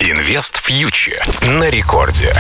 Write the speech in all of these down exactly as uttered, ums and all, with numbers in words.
Инвест Фьючер на рекорде.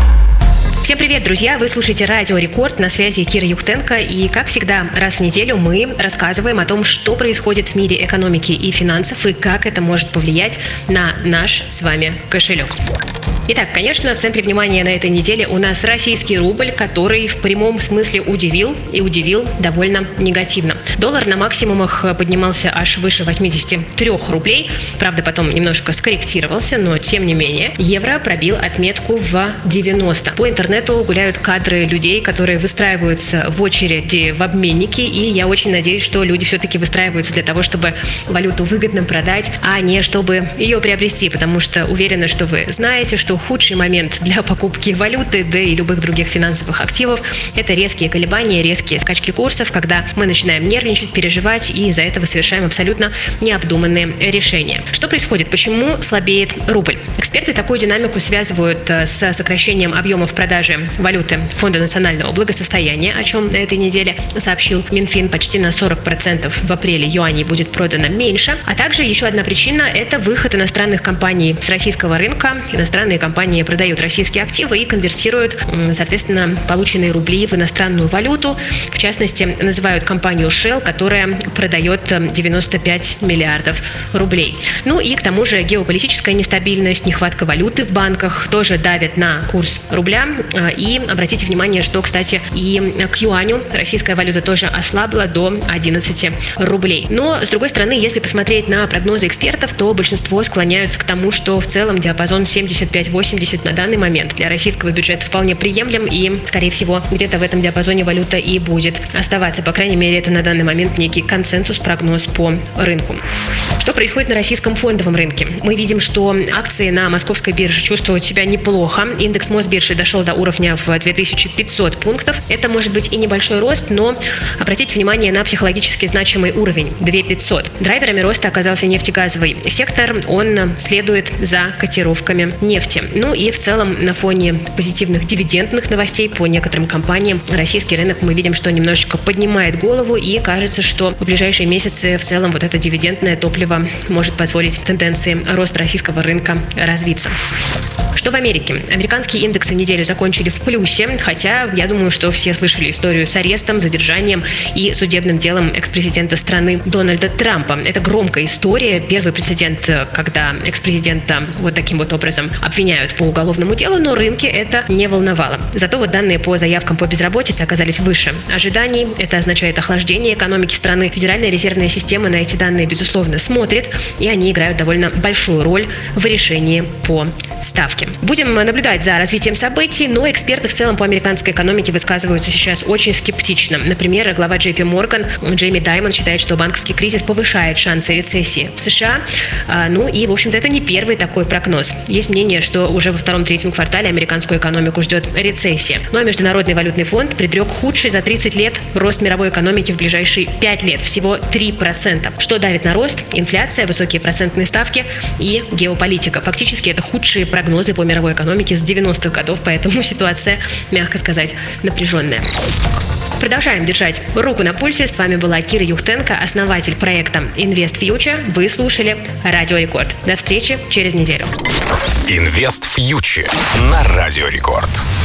Всем привет, друзья! Вы слушаете Радио Рекорд, на связи Кира Юхтенко. И, как всегда, раз в неделю мы рассказываем о том, что происходит в мире экономики и финансов, и как это может повлиять на наш с вами кошелек. Итак, конечно, в центре внимания на этой неделе у нас российский рубль, который в прямом смысле удивил, и удивил довольно негативно. Доллар на максимумах поднимался аж выше восьмидесяти трёх рублей. Правда, потом немножко скорректировался, но тем не менее. Евро пробил отметку в девяносто. По интернету гуляют кадры людей, которые выстраиваются в очереди в обменники, и я очень надеюсь, что люди все-таки выстраиваются для того, чтобы валюту выгодно продать, а не чтобы ее приобрести, потому что уверена, что вы знаете, что худший момент для покупки валюты, да и любых других финансовых активов – это резкие колебания, резкие скачки курсов, когда мы начинаем нервничать, переживать и из-за этого совершаем абсолютно необдуманные решения. Что происходит? Почему слабеет рубль? Эксперты такую динамику связывают с сокращением объемов продажи валюты Фонда национального благосостояния, о чем на этой неделе сообщил Минфин. Почти на сорок процентов в апреле юаней будет продано меньше. А также еще одна причина – это выход иностранных компаний с российского рынка. Иностранные компании продают российские активы и конвертируют, соответственно, полученные рубли в иностранную валюту. В частности, называют компанию Shell, которая продает девяносто пять миллиардов рублей. Ну и к тому же геополитическая нестабильность, нехватка валюты в банках тоже давит на курс рубля. И обратите внимание, что, кстати, и к юаню российская валюта тоже ослабла до одиннадцати рублей. Но, с другой стороны, если посмотреть на прогнозы экспертов, то большинство склоняются к тому, что в целом диапазон семьдесят пять восемьдесят на данный момент для российского бюджета вполне приемлем, и, скорее всего, где-то в этом диапазоне валюта и будет оставаться. По крайней мере, это на данный момент некий консенсус, прогноз по рынку. Что происходит на российском фондовом рынке? Мы видим, что акции на московской бирже чувствуют себя неплохо. Индекс Мосбиржи дошел до уровня в две тысячи пятьсот пунктов. Это может быть и небольшой рост, но обратите внимание на психологически значимый уровень – две тысячи пятьсот. Драйверами роста оказался нефтегазовый сектор. Он следует за котировками нефти. Ну и в целом на фоне позитивных дивидендных новостей по некоторым компаниям российский рынок, мы видим, что немножечко поднимает голову, и кажется, что в ближайшие месяцы в целом вот это дивидендное топливо может позволить тенденции роста российского рынка развиться. Что в Америке? Американские индексы неделю закончили в плюсе, хотя я думаю, что все слышали историю с арестом, задержанием и судебным делом экс-президента страны Дональда Трампа. Это громкая история, первый прецедент, когда экс-президента вот таким вот образом обвиняют по уголовному делу, но рынки это не волновало. Зато вот данные по заявкам по безработице оказались выше ожиданий. Это означает охлаждение экономики страны. Федеральная резервная система на эти данные, безусловно, смотрит, и они играют довольно большую роль в решении по ставке. Будем наблюдать за развитием событий, но эксперты в целом по американской экономике высказываются сейчас очень скептично. Например, глава джей пи Morgan Джейми Даймон считает, что банковский кризис повышает шансы рецессии в США. Ну и, в общем-то, это не первый такой прогноз. Есть мнение, что уже во втором-третьем квартале американскую экономику ждет рецессия. Ну а Международный валютный фонд предрек худший за тридцать лет рост мировой экономики в ближайшие пять лет, всего три процента. Что давит на рост? Инфляция, высокие процентные ставки и геополитика. Фактически это худшие прогнозы по мировой экономике с девяностых годов, поэтому ситуация, мягко сказать, напряженная. Продолжаем держать руку на пульсе. С вами была Кира Юхтенко, основатель проекта Инвест Фьючер. Вы слушали Радио Рекорд. До встречи через неделю. Инвест Фьючер на Радио Рекорд.